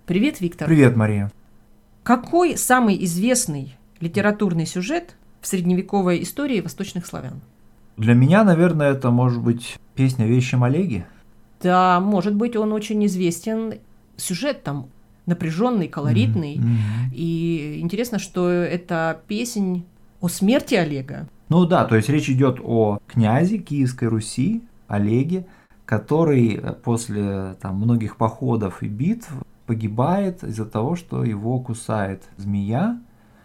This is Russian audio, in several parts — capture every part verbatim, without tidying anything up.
Привет, Виктор. Привет, Мария. Какой самый известный литературный сюжет в средневековой истории восточных славян? Для меня, наверное, это может быть песня о вещем Олеге. Да, может быть, он очень известен. Сюжет там напряженный, колоритный. Mm-hmm. И интересно, что это песнь о смерти Олега. Ну да, то есть речь идет о князе Киевской Руси, Олеге, который после там, многих походов и битв погибает из-за того, что его кусает змея,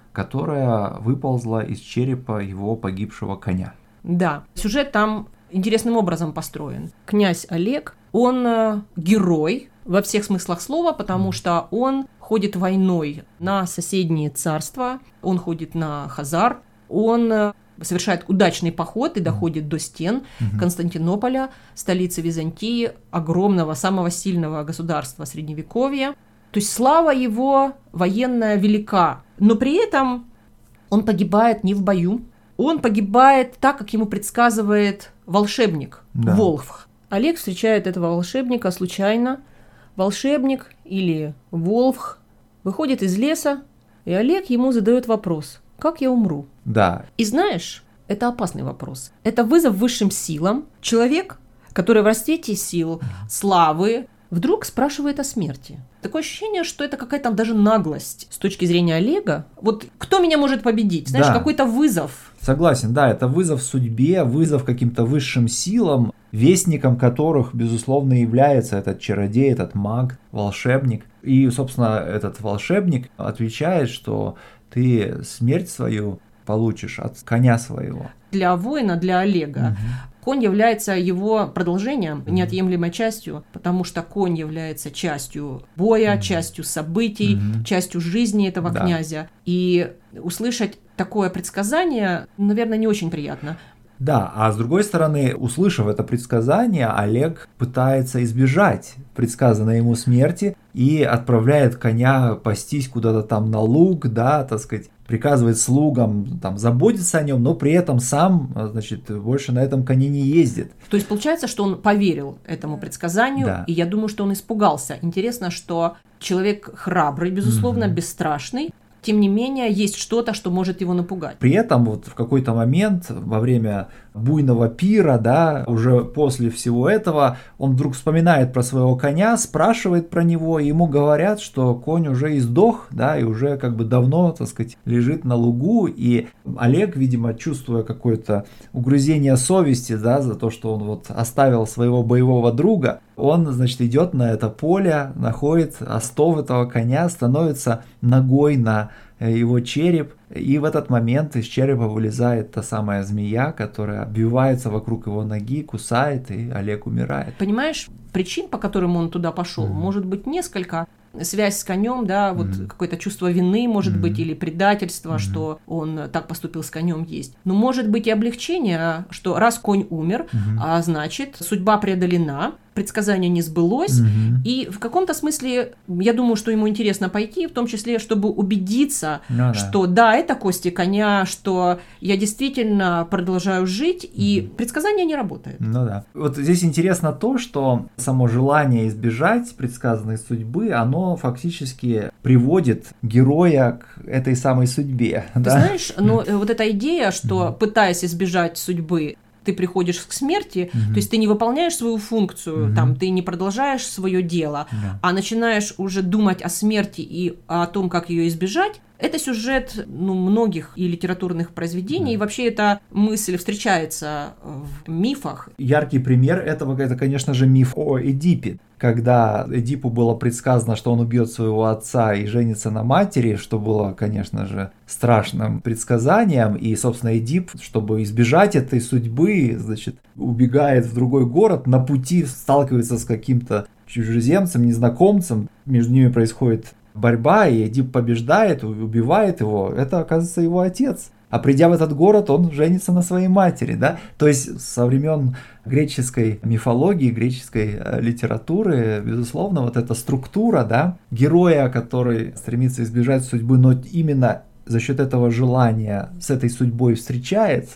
которая выползла из черепа его погибшего коня. Да, сюжет там интересным образом построен. Князь Олег, он э, герой во всех смыслах слова, потому что он ходит войной на соседние царства, он ходит на Хазар, он э, совершает удачный поход и доходит до стен Mm-hmm. Константинополя, столицы Византии, огромного, самого сильного государства Средневековья. То есть слава его военная велика, но при этом он погибает не в бою, он погибает так, как ему предсказывает волшебник, Да. Волхв. Олег встречает этого волшебника случайно. Волшебник или Волхв выходит из леса, и Олег ему задает вопрос: «Как я умру?» Да. И знаешь, это опасный вопрос. Это вызов высшим силам. Человек, который в расцвете сил, славы, вдруг спрашивает о смерти. Такое ощущение, что это какая-то даже наглость с точки зрения Олега. Вот кто меня может победить? Знаешь, Да. какой-то вызов. Согласен, да, это вызов судьбе, вызов каким-то высшим силам, вестником которых, безусловно, является этот чародей, этот маг, волшебник. И, собственно, этот волшебник отвечает, что ты смерть свою получишь от коня своего. Для воина, для Олега, Угу. конь является его продолжением, Мгм. неотъемлемой частью, потому что конь является частью боя, Мгм. частью событий, Мгм. частью жизни этого Да. князя. И услышать такое предсказание, наверное, не очень приятно. Да, а с другой стороны, услышав это предсказание, Олег пытается избежать предсказанной ему смерти и отправляет коня пастись куда-то там на луг, да, так сказать, приказывает слугам там заботиться о нем, но при этом сам, значит, больше на этом коне не ездит. То есть получается, что он поверил этому предсказанию, Да. и я думаю, что он испугался. Интересно, что человек храбрый, безусловно, Мгм. бесстрашный, тем не менее, есть что-то, что может его напугать. При этом вот в какой-то момент во время буйного пира, да, уже после всего этого, он вдруг вспоминает про своего коня, спрашивает про него, и ему говорят, что конь уже издох, да, и уже как бы давно, так сказать, лежит на лугу, и Олег, видимо, чувствуя какое-то угрызение совести, да, за то, что он вот оставил своего боевого друга, он, значит, идет на это поле, находит остов этого коня, становится ногой на его череп, и в этот момент из черепа вылезает та самая змея, которая обвивается вокруг его ноги, кусает, и Олег умирает. Понимаешь, причин, по которым он туда пошел, Мгм. может быть несколько. Связь с конем, да, вот Мгм. какое-то чувство вины, может Мгм. быть, или предательство, Мгм. что он так поступил с конем, есть. Но может быть и облегчение, что раз конь умер, Мгм. а значит, судьба преодолена, предсказание не сбылось, Мгм. и в каком-то смысле, я думаю, что ему интересно пойти, в том числе, чтобы убедиться, Ну да. что да, это кости коня, что я действительно продолжаю жить, и предсказание не работает. Ну да. Вот здесь интересно то, что само желание избежать предсказанной судьбы, оно фактически приводит героя к этой самой судьбе. Ты да? знаешь, но э, вот эта идея, что Мгм. пытаясь избежать судьбы, ты приходишь к смерти, Мгм. то есть ты не выполняешь свою функцию, Мгм. там, ты не продолжаешь свое дело, Да. а начинаешь уже думать о смерти и о том, как ее избежать. Это сюжет, ну, многих и литературных произведений, Да. и вообще эта мысль встречается в мифах. Яркий пример этого, это, конечно же, миф о Эдипе. Когда Эдипу было предсказано, что он убьет своего отца и женится на матери, что было, конечно же, страшным предсказанием, и, собственно, Эдип, чтобы избежать этой судьбы, значит, убегает в другой город, на пути сталкивается с каким-то чужеземцем, незнакомцем, между ними происходит борьба, и Эдип побеждает, убивает его, это, оказывается, его отец. А придя в этот город, он женится на своей матери, да? То есть со времен греческой мифологии, греческой литературы, безусловно, вот эта структура, да, героя, который стремится избежать судьбы, но именно за счет этого желания с этой судьбой встречается,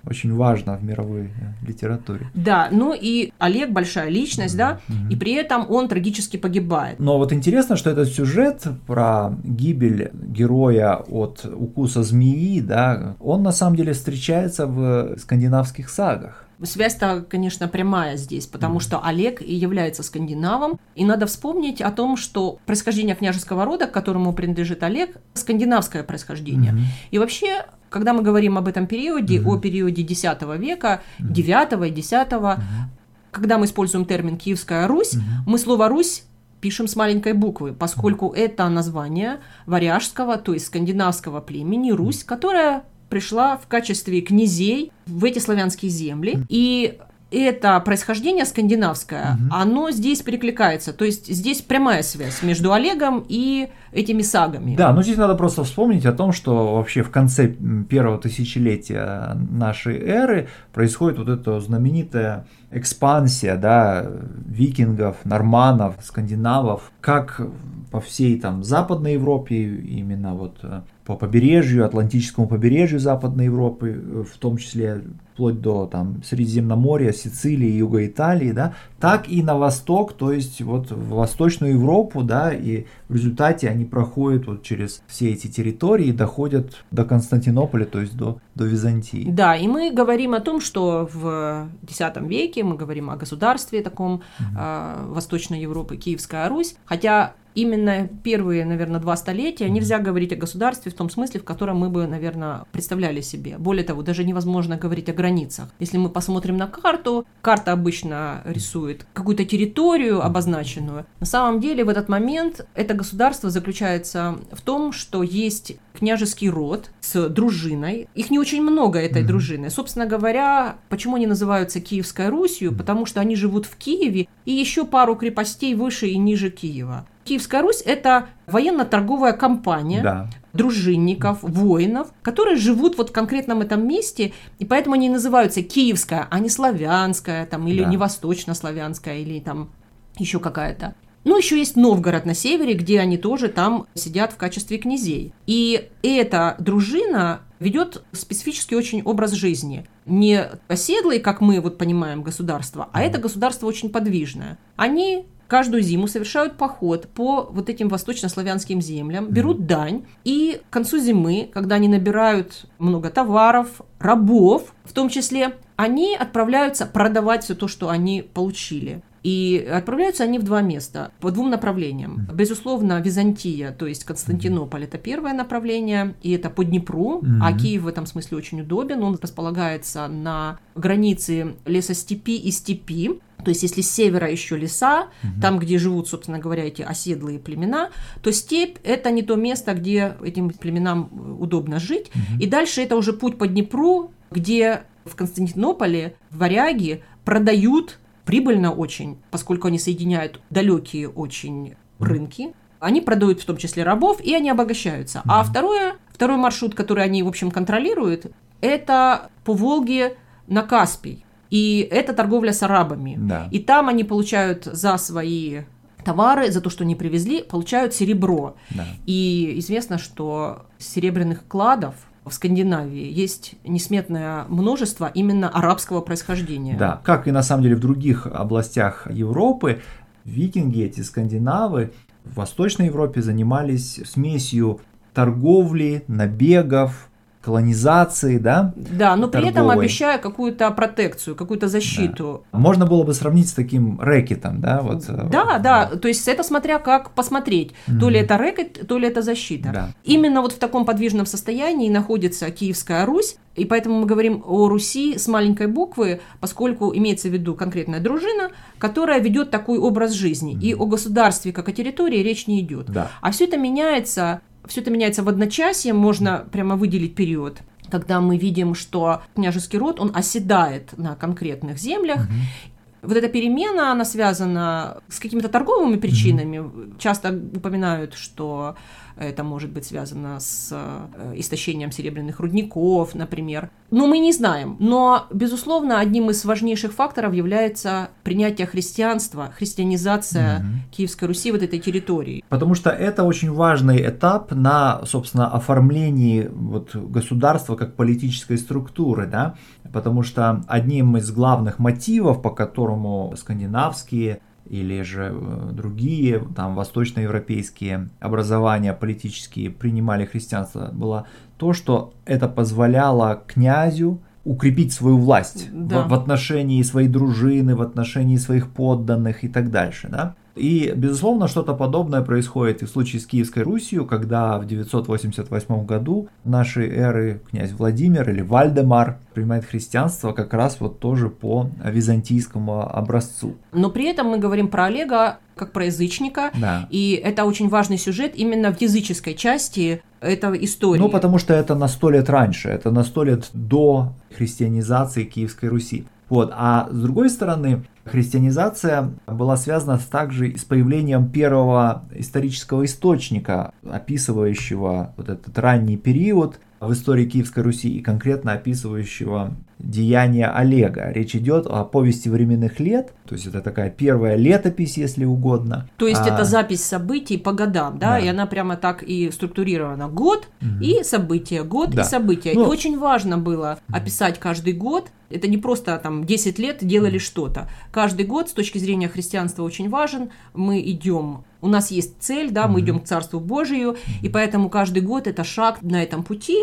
очень важно в мировой литературе. Да, ну и Олег большая личность, mm-hmm. да, mm-hmm. и при этом он трагически погибает. Но вот интересно, что этот сюжет про гибель героя от укуса змеи, да, он на самом деле встречается в скандинавских сагах. Связь-то, конечно, прямая здесь, потому mm-hmm. что Олег и является скандинавом, и надо вспомнить о том, что происхождение княжеского рода, к которому принадлежит Олег, скандинавское происхождение. Mm-hmm. И вообще, когда мы говорим об этом периоде, mm-hmm. о периоде десятого века, mm-hmm. девятого и десятого, mm-hmm. когда мы используем термин «Киевская Русь», mm-hmm. мы слово «Русь» пишем с маленькой буквы, поскольку mm-hmm. это название варяжского, то есть скандинавского племени Русь, которая пришла в качестве князей в эти славянские земли, mm. и это происхождение скандинавское, mm-hmm. оно здесь перекликается, то есть здесь прямая связь между Олегом и этими сагами. Да, но здесь надо просто вспомнить о том, что вообще в конце первого тысячелетия нашей эры происходит вот эта знаменитая экспансия, да, викингов, норманнов, скандинавов, как по всей там Западной Европе, именно вот по побережью, Атлантическому побережью Западной Европы, в том числе вплоть до там Средиземноморья, Сицилии, Юга Италии, да, так и на восток, то есть вот в Восточную Европу, да, и в результате они проходят вот через все эти территории и доходят до Константинополя, то есть до, до Византии. Да, и мы говорим о том, что в X веке мы говорим о государстве таком угу. э, Восточной Европы, Киевская Русь, хотя именно первые, наверное, два столетия нельзя говорить о государстве в том смысле, в котором мы бы, наверное, представляли себе. Более того, даже невозможно говорить о границах. Если мы посмотрим на карту, карта обычно рисует какую-то территорию обозначенную. На самом деле в этот момент это государство заключается в том, что есть княжеский род с дружиной. Их не очень много, этой mm-hmm. дружины. Собственно говоря, почему они называются Киевской Русью? Потому что они живут в Киеве и еще пару крепостей выше и ниже Киева. Киевская Русь – это военно-торговая компания да. дружинников, воинов, которые живут вот в конкретном этом месте, и поэтому они называются Киевская, а не славянская, там, или да. не восточнославянская, или там еще какая-то. Ну, еще есть Новгород на севере, где они тоже там сидят в качестве князей. И эта дружина ведет специфический очень образ жизни. Не оседлый, как мы вот понимаем, государство, а это государство очень подвижное. Они каждую зиму совершают поход по вот этим восточнославянским землям, берут дань, и к концу зимы, когда они набирают много товаров, рабов, в том числе, они отправляются продавать все то, что они получили. И отправляются они в два места, по двум направлениям. Безусловно, Византия, то есть Константинополь, это первое направление, и это по Днепру, mm-hmm. а Киев в этом смысле очень удобен. Он располагается на границе лесостепи и степи. То есть, если с севера еще леса, mm-hmm. там, где живут, собственно говоря, эти оседлые племена, то степь – это не то место, где этим племенам удобно жить. Mm-hmm. И дальше это уже путь по Днепру, где в Константинополе варяги продают прибыльно очень, поскольку они соединяют далекие очень рынки. Они продают в том числе рабов, и они обогащаются. Mm-hmm. А второе, второй маршрут, который они, в общем, контролируют, это по Волге на Каспий. И это торговля с арабами. Да. И там они получают за свои товары, за то, что они привезли, получают серебро. Да. И известно, что серебряных кладов в Скандинавии есть несметное множество именно арабского происхождения. Да, как и на самом деле в других областях Европы, викинги, эти скандинавы, в Восточной Европе занимались смесью торговли, набегов, колонизации, да? Да, но торговой. При этом обещая какую-то протекцию, какую-то защиту. Да. Можно было бы сравнить с таким рэкетом, да? Вот, да, вот. Да, то есть это смотря как посмотреть, mm-hmm. то ли это рэкет, то ли это защита. Да. Именно вот в таком подвижном состоянии находится Киевская Русь, и поэтому мы говорим о Руси с маленькой буквы, поскольку имеется в виду конкретная дружина, которая ведет такой образ жизни, mm-hmm. и о государстве как о территории речь не идет. Да. А все это меняется... Все это меняется в одночасье, можно прямо выделить период, когда мы видим, что княжеский род, он оседает на конкретных землях. Mm-hmm. Вот эта перемена, она связана с какими-то торговыми причинами. Mm-hmm. Часто упоминают, что это может быть связано с истощением серебряных рудников, например. Ну, мы не знаем, но, безусловно, одним из важнейших факторов является принятие христианства, христианизация угу. Киевской Руси, вот этой территории. Потому что это очень важный этап на, собственно, оформлении вот государства как политической структуры, да, потому что одним из главных мотивов, по которому скандинавские или же другие там восточноевропейские образования политические принимали христианство, было то, что это позволяло князю укрепить свою власть да. в, в отношении своей дружины, в отношении своих подданных и так дальше, да. И, безусловно, что-то подобное происходит и в случае с Киевской Русью, когда в девятьсот восемьдесят восьмом году нашей эры князь Владимир или Вальдемар принимает христианство как раз вот тоже по византийскому образцу. Но при этом мы говорим про Олега как про язычника, да. и это очень важный сюжет именно в языческой части этой истории. Ну, потому что это на сто лет раньше, это на сто лет до христианизации Киевской Руси. Вот. А с другой стороны, христианизация была связана также с появлением первого исторического источника, описывающего вот этот ранний период в истории Киевской Руси и конкретно описывающего деяния Олега. Речь идет о повести временных лет, то есть это такая первая летопись, если угодно. То есть а... это запись событий по годам, да? да, и она прямо так и структурирована. Год угу. и события, год да. и события. Ну... И очень важно было описать каждый год. Это не просто там десять лет делали что-то. Каждый год с точки зрения христианства очень важен. Мы идем, у нас есть цель, да, мы идем к Царству Божию, и поэтому каждый год это шаг на этом пути.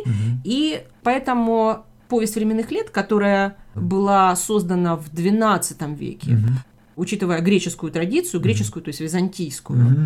И поэтому повесть временных лет, которая была создана в двенадцатом веке, учитывая греческую традицию, греческую, то есть византийскую, mm-hmm.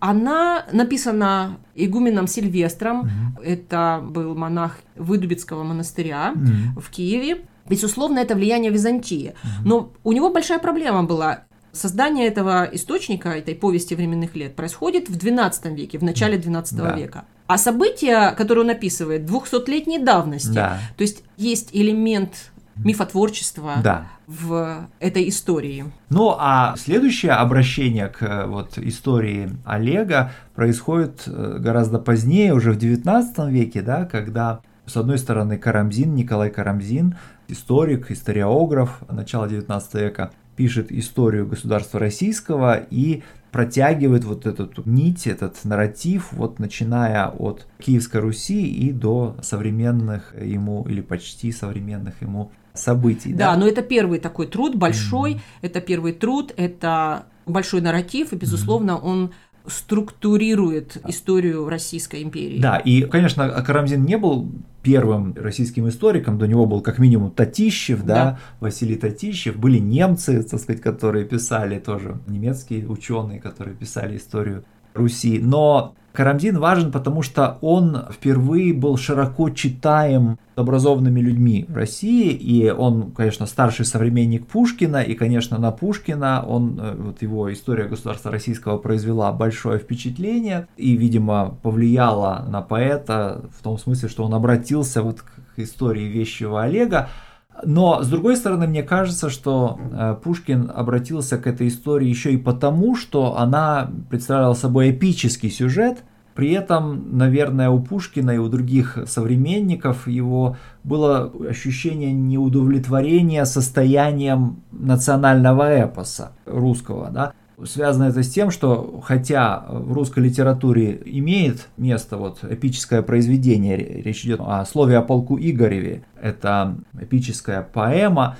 она написана игуменом Сильвестром, mm-hmm. это был монах Выдубицкого монастыря mm-hmm. в Киеве. Безусловно, это влияние Византии. Mm-hmm. Но у него большая проблема была. Создание этого источника, этой повести временных лет, происходит в двенадцатом веке, в начале двенадцатого да. века. А события, которые он описывает, двухсотлетней давности. Да. То есть есть элемент мифотворчества да. в этой истории. Ну, а следующее обращение к вот истории Олега происходит гораздо позднее, уже в девятнадцатом веке, да, когда, с одной стороны, Карамзин, Николай Карамзин, историк, историограф начала девятнадцатого века, пишет историю государства российского и протягивает вот эту нить, этот нарратив, вот начиная от Киевской Руси и до современных ему или почти современных ему событий. Да, да? но это первый такой труд, большой, mm-hmm. это первый труд, это большой нарратив, и, безусловно, mm-hmm. он структурирует историю Российской империи. Да, и, конечно, Карамзин не был первым российским историком, до него был как минимум Татищев, да, да Василий Татищев, были немцы, так сказать, которые писали тоже, немецкие ученые, которые писали историю Руси, но Карамзин важен, потому что он впервые был широко читаем образованными людьми в России, и он, конечно, старший современник Пушкина, и, конечно, на Пушкина он, вот его история государства российского произвела большое впечатление и, видимо, повлияла на поэта в том смысле, что он обратился вот к истории вещего Олега. Но, с другой стороны, мне кажется, что Пушкин обратился к этой истории еще и потому, что она представляла собой эпический сюжет. При этом, наверное, у Пушкина и у других современников его было ощущение неудовлетворения состоянием национального эпоса русского, да. Связано это с тем, что хотя в русской литературе имеет место вот эпическое произведение, речь идет о слове о полку Игореве, это эпическая поэма,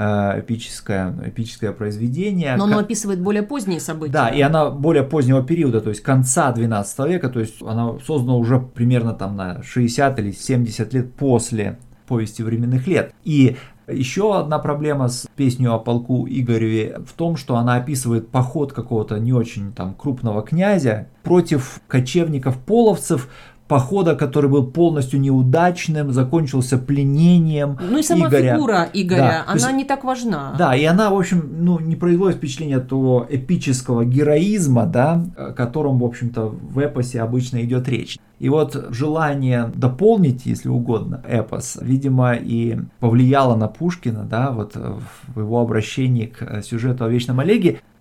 эпическое, эпическое произведение. Но оно описывает более поздние события. Да, и она более позднего периода, то есть конца двенадцатого века, то есть она создана уже примерно там на шестьдесят или семьдесят лет после повести временных лет. И еще одна проблема с песней о полку Игореве в том, что она описывает поход какого-то не очень там крупного князя против кочевников-половцев, похода, который был полностью неудачным, закончился пленением Ну и сама Игоря. фигура Игоря, да, она есть, не так важна. Да, и она, в общем, ну, не производит впечатления того эпического героизма, да, о котором, в общем-то, в эпосе обычно идет речь. И вот желание дополнить, если угодно, эпос, видимо, и повлияло на Пушкина, да, вот в его обращении к сюжету о Вечном Олеге.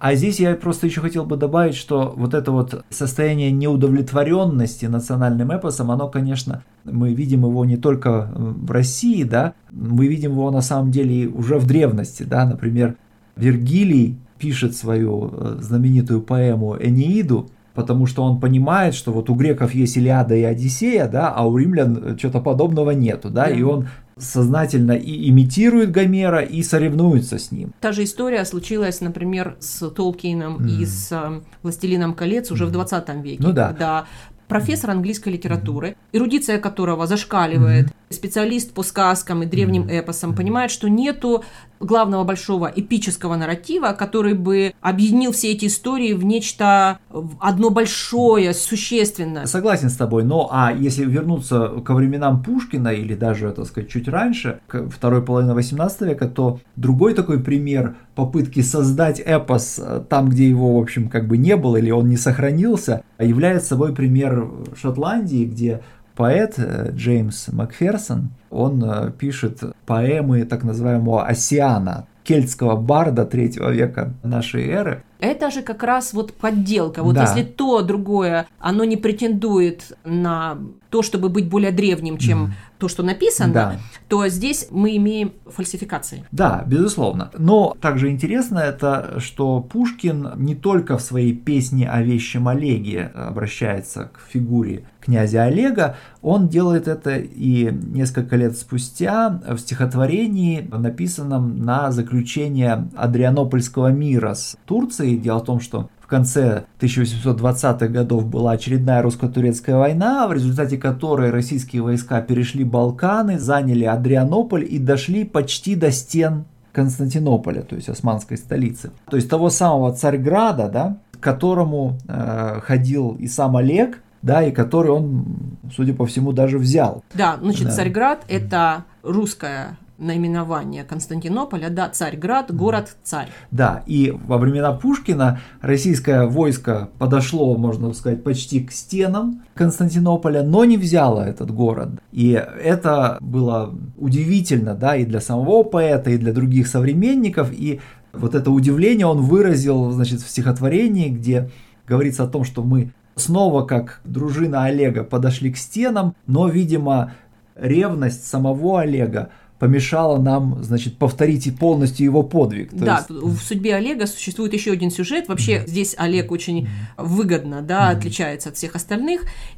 А здесь я просто еще хотел бы добавить, что вот это вот состояние неудовлетворенности национальным эпосом, оно, конечно, мы видим его не только в России, да, мы видим его на самом деле уже в древности, да, например, Вергилий пишет свою знаменитую поэму «Энеиду», потому что он понимает, что вот у греков есть Илиада и Одиссея, да, а у римлян что-то подобного нету, да, и он сознательно и имитирует Гомера, и соревнуется с ним. Та же история случилась, например, с Толкиеном mm. и с «Властелином колец» уже mm. в двадцатом веке, ну, да. когда профессор английской литературы, эрудиция которого зашкаливает, mm-hmm. специалист по сказкам и древним эпосам, понимает, что нету главного большого эпического нарратива, который бы объединил все эти истории в нечто одно большое, существенное. Согласен с тобой, но а если вернуться ко временам Пушкина или даже, так сказать, чуть раньше, к второй половине восемнадцатого века, то другой такой пример попытки создать эпос там, где его, в общем, как бы не было или он не сохранился, является собой пример Шотландии, где поэт Джеймс Макферсон, он пишет поэмы так называемого Осиана, кельтского барда третьего века нашей эры. Это же как раз вот подделка. Вот да. если то, другое, оно не претендует на то, чтобы быть более древним, чем mm. то, что написано, да. то здесь мы имеем фальсификации. Да, безусловно. Но также интересно это, что Пушкин не только в своей песне о вещем Олеге обращается к фигуре князя Олега, он делает это и несколько лет спустя в стихотворении, написанном на заключение Адрианопольского мира с Турцией. Дело в том, что в конце тысяча восемьсот двадцатых годов была очередная русско-турецкая война, в результате которой российские войска перешли Балканы, заняли Адрианополь и дошли почти до стен Константинополя, то есть османской столицы. То есть того самого Царьграда, да, к которому э, ходил и сам Олег, да, и который он, судя по всему, даже взял. Да, значит, да. Царьград – это русское наименование Константинополя, да, Царьград, город-царь. Да, и во времена Пушкина российское войско подошло, можно сказать, почти к стенам Константинополя, но не взяло этот город. И это было удивительно, да, и для самого поэта, и для других современников, и вот это удивление он выразил, значит, в стихотворении, где говорится о том, что мы снова, как дружина Олега, подошли к стенам, но, видимо, ревность самого Олега помешало нам, значит, повторить и полностью его подвиг. То да, есть... в судьбе Олега существует еще один сюжет. Вообще mm-hmm. здесь Олег очень mm-hmm. выгодно, да, mm-hmm. отличается от всех остальных.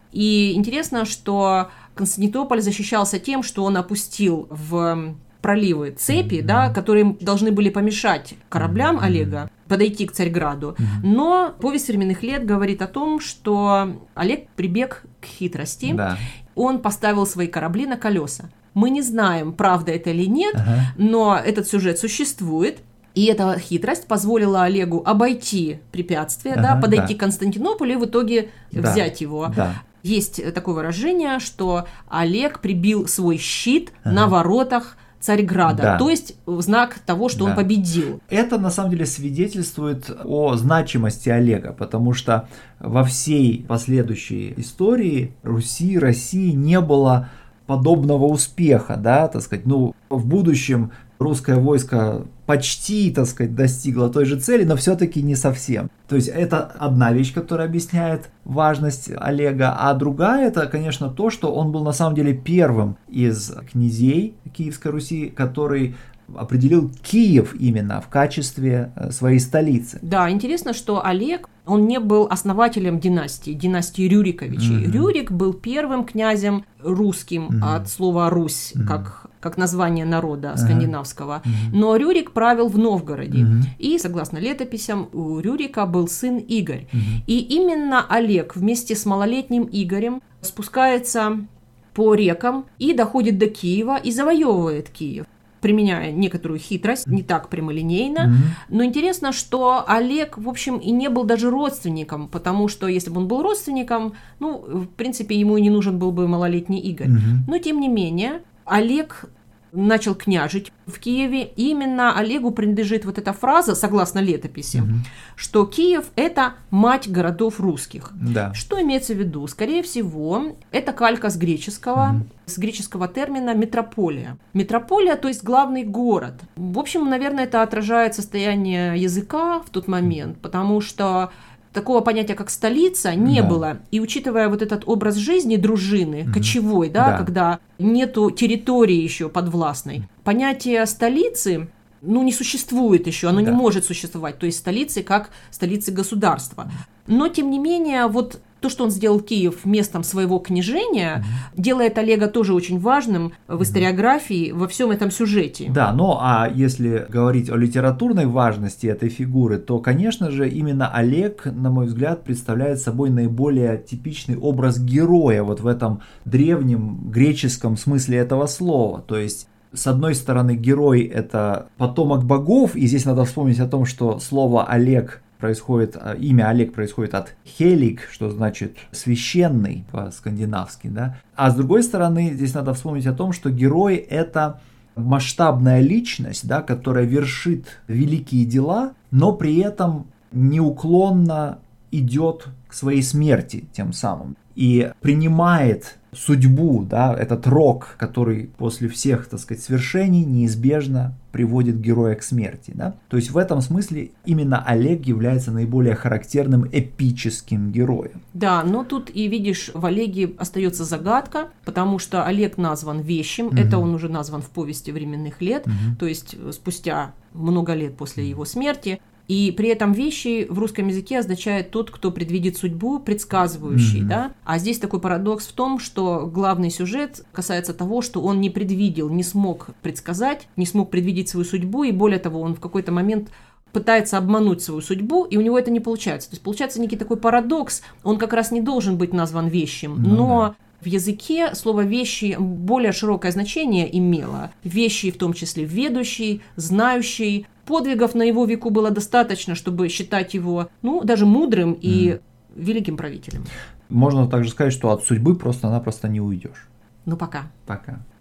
И интересно, что Константинополь защищался тем, что он опустил в проливы цепи, mm-hmm. да, которые должны были помешать кораблям mm-hmm. Олега подойти к Царьграду. Mm-hmm. Но повесть временных лет говорит о том, что Олег прибег к хитрости. Да. Он поставил свои корабли на колеса. Мы не знаем, правда это или нет, ага. но этот сюжет существует, и эта хитрость позволила Олегу обойти препятствия, ага, да, подойти да. к Константинополю и в итоге да. взять его. Да. Есть такое выражение, что Олег прибил свой щит ага. на воротах Царьграда, да. то есть в знак того, что да. он победил. Это на самом деле свидетельствует о значимости Олега, потому что во всей последующей истории Руси, России не было подобного успеха, да, так сказать, ну, в будущем русское войско почти, так сказать, достигло той же цели, но все-таки не совсем. То есть это одна вещь, которая объясняет важность Олега, а другая это, конечно, то, что он был на самом деле первым из князей Киевской Руси, который определил Киев именно в качестве своей столицы. Да, интересно, что Олег, он не был основателем династии, династии Рюриковичей. Mm-hmm. Рюрик был первым князем русским mm-hmm. от слова «Русь», mm-hmm. как, как название народа uh-huh. скандинавского. Mm-hmm. Но Рюрик правил в Новгороде. Mm-hmm. И, согласно летописям, у Рюрика был сын Игорь. Mm-hmm. И именно Олег вместе с малолетним Игорем спускается по рекам и доходит до Киева и завоевывает Киев, применяя некоторую хитрость, не так прямолинейно. Mm-hmm. Но интересно, что Олег, в общем, и не был даже родственником, потому что если бы он был родственником, ну, в принципе, ему и не нужен был бы малолетний Игорь. Mm-hmm. Но, тем не менее, Олег начал княжить в Киеве. Именно Олегу принадлежит вот эта фраза, согласно летописи, угу. что Киев – это мать городов русских. Да. Что имеется в виду? Скорее всего, это калька с греческого, угу. с греческого термина «метрополия». Метрополия, то есть главный город. В общем, наверное, это отражает состояние языка в тот момент, потому что такого понятия, как столица, не да. было. И учитывая вот этот образ жизни дружины, mm-hmm. кочевой, да, да. когда нету территории еще подвластной, понятие столицы, ну, не существует еще, оно да. не может существовать. То есть столицы как столицы государства. Но, тем не менее, вот то, что он сделал Киев местом своего княжения, mm-hmm. делает Олега тоже очень важным в историографии во всем этом сюжете. Да, ну а если говорить о литературной важности этой фигуры, то, конечно же, именно Олег, на мой взгляд, представляет собой наиболее типичный образ героя вот в этом древнем греческом смысле этого слова. То есть, с одной стороны, герой – это потомок богов, и здесь надо вспомнить о том, что слово «Олег» происходит, имя Олег происходит от «хелик», что значит «священный» по-скандинавски, да. А с другой стороны, здесь надо вспомнить о том, что герой – это масштабная личность, да, которая вершит великие дела, но при этом неуклонно идет к своей смерти тем самым и принимает судьбу, да, этот рок, который после всех, так сказать, свершений неизбежно приводит героя к смерти, да. То есть в этом смысле именно Олег является наиболее характерным эпическим героем. Да, но тут и видишь, в Олеге остается загадка, потому что Олег назван вещим, угу. это он уже назван в повести временных лет, угу. то есть спустя много лет после его смерти. И при этом вещи в русском языке означает тот, кто предвидит судьбу, предсказывающий, mm-hmm. да. А здесь такой парадокс в том, что главный сюжет касается того, что он не предвидел, не смог предсказать, не смог предвидеть свою судьбу, и более того, он в какой-то момент пытается обмануть свою судьбу, и у него это не получается. То есть получается некий такой парадокс, он как раз не должен быть назван вещим, ну, но... Да. В языке слово «вещи» более широкое значение имело. Вещи, в том числе ведущий, знающий. Подвигов на его веку было достаточно, чтобы считать его, ну, даже мудрым и mm. великим правителем. Можно также сказать, что от судьбы просто-напросто не уйдешь. Ну, пока. Пока.